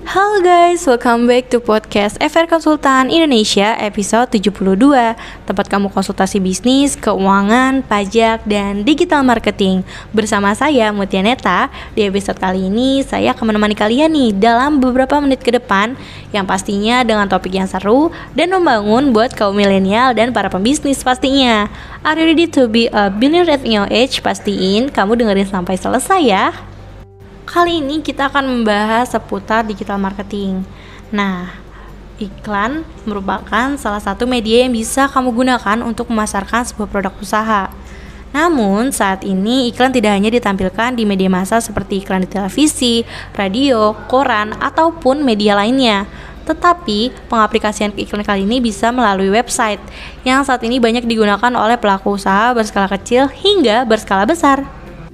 Halo guys, welcome back to podcast FR Konsultan Indonesia episode 72. Tempat kamu konsultasi bisnis, keuangan, pajak, dan digital marketing. Bersama saya Mutia Neta. Di episode kali ini saya akan menemani kalian nih dalam beberapa menit ke depan, yang pastinya dengan topik yang seru dan membangun buat kaum milenial dan para pembisnis pastinya. Are you ready to be a billionaire at your age? Pastiin kamu dengerin sampai selesai ya. Kali ini kita akan membahas seputar digital marketing. Nah, iklan merupakan salah satu media yang bisa kamu gunakan untuk memasarkan sebuah produk usaha. Namun, saat ini iklan tidak hanya ditampilkan di media massa seperti iklan di televisi, radio, koran, ataupun media lainnya. Tetapi, pengaplikasian iklan kali ini bisa melalui website yang saat ini banyak digunakan oleh pelaku usaha berskala kecil hingga berskala besar.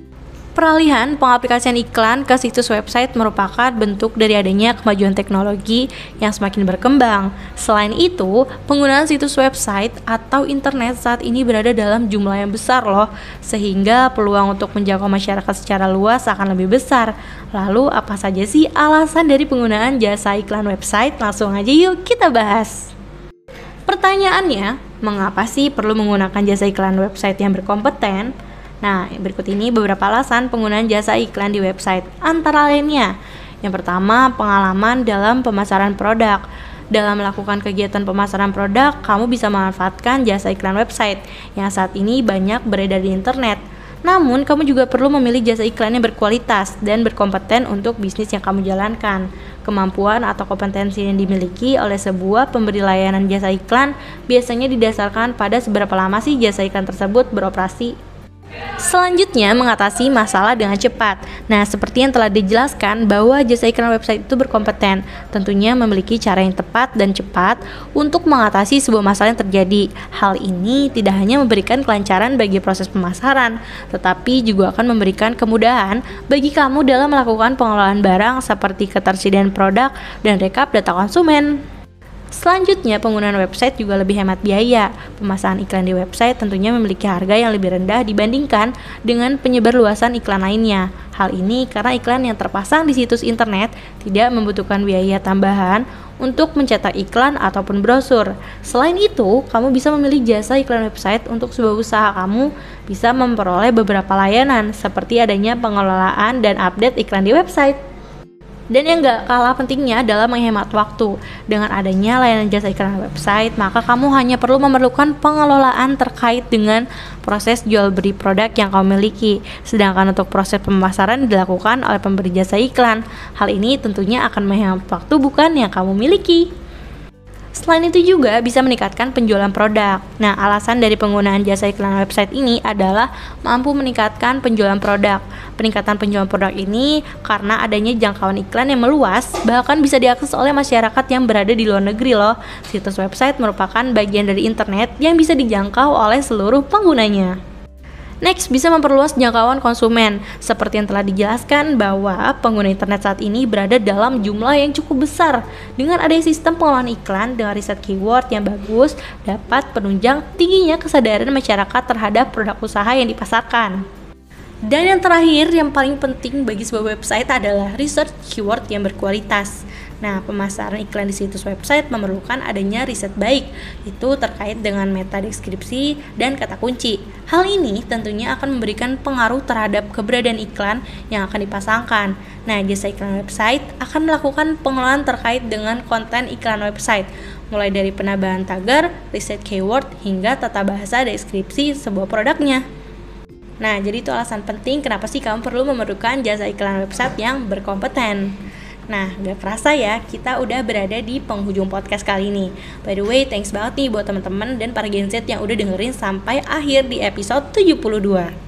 Peralihan pengaplikasian iklan ke situs website merupakan bentuk dari adanya kemajuan teknologi yang semakin berkembang. Selain itu, penggunaan situs website atau internet saat ini berada dalam jumlah yang besar loh, sehingga peluang untuk menjangkau masyarakat secara luas akan lebih besar. Lalu apa saja sih alasan dari penggunaan jasa iklan website? Langsung aja yuk kita bahas. Pertanyaannya, mengapa sih perlu menggunakan jasa iklan website yang berkompeten? Nah, berikut ini beberapa alasan penggunaan jasa iklan di website. Antara lainnya, yang pertama, pengalaman dalam pemasaran produk. Dalam melakukan kegiatan pemasaran produk, kamu bisa memanfaatkan jasa iklan website yang saat ini banyak beredar di internet. Namun, kamu juga perlu memilih jasa iklan yang berkualitas dan berkompeten untuk bisnis yang kamu jalankan. Kemampuan atau kompetensi yang dimiliki oleh sebuah pemberi layanan jasa iklan biasanya didasarkan pada seberapa lama sih jasa iklan tersebut beroperasi. Selanjutnya, mengatasi masalah dengan cepat. Nah, seperti yang telah dijelaskan bahwa jasa iklan website itu berkompeten, tentunya memiliki cara yang tepat dan cepat untuk mengatasi sebuah masalah yang terjadi. Hal ini tidak hanya memberikan kelancaran bagi proses pemasaran, tetapi juga akan memberikan kemudahan bagi kamu dalam melakukan pengelolaan barang seperti ketersediaan produk dan rekap data konsumen. Selanjutnya, penggunaan website juga lebih hemat biaya. Pemasangan iklan di website tentunya memiliki harga yang lebih rendah dibandingkan dengan penyebarluasan iklan lainnya. Hal ini karena iklan yang terpasang di situs internet tidak membutuhkan biaya tambahan untuk mencetak iklan ataupun brosur. Selain itu, kamu bisa memilih jasa iklan website untuk sebuah usaha. Kamu bisa memperoleh beberapa layanan seperti adanya pengelolaan dan update iklan di website. Dan yang gak kalah pentingnya adalah menghemat waktu. Dengan adanya layanan jasa iklan website, maka kamu hanya perlu memerlukan pengelolaan terkait dengan proses jual beli produk yang kamu miliki. Sedangkan untuk proses pemasaran dilakukan oleh pemberi jasa iklan. Hal ini tentunya akan menghemat waktu bukan yang kamu miliki. Selain itu juga bisa meningkatkan penjualan produk. Nah, alasan dari penggunaan jasa iklan website ini adalah mampu meningkatkan penjualan produk. Peningkatan penjualan produk ini karena adanya jangkauan iklan yang meluas, bahkan bisa diakses oleh masyarakat yang berada di luar negeri loh. Situs website merupakan bagian dari internet yang bisa dijangkau oleh seluruh penggunanya. Next, bisa memperluas jangkauan konsumen. Seperti yang telah dijelaskan bahwa pengguna internet saat ini berada dalam jumlah yang cukup besar. Dengan adanya sistem pengolahan iklan dengan riset keyword yang bagus, dapat penunjang tingginya kesadaran masyarakat terhadap produk usaha yang dipasarkan. Dan yang terakhir, yang paling penting bagi sebuah website adalah research keyword yang berkualitas. Nah, pemasaran iklan di situs website memerlukan adanya riset baik, itu terkait dengan meta deskripsi dan kata kunci. Hal ini tentunya akan memberikan pengaruh terhadap keberadaan iklan yang akan dipasangkan. Nah, jasa iklan website akan melakukan pengelolaan terkait dengan konten iklan website, mulai dari penambahan tagar, riset keyword, hingga tata bahasa deskripsi sebuah produknya. Nah, jadi itu alasan penting kenapa sih kamu perlu memerlukan jasa iklan website yang berkompeten. Nah, gak kerasa ya, kita udah berada di penghujung podcast kali ini. By the way, thanks banget nih buat teman-teman dan para Gen Z yang udah dengerin sampai akhir di episode 72.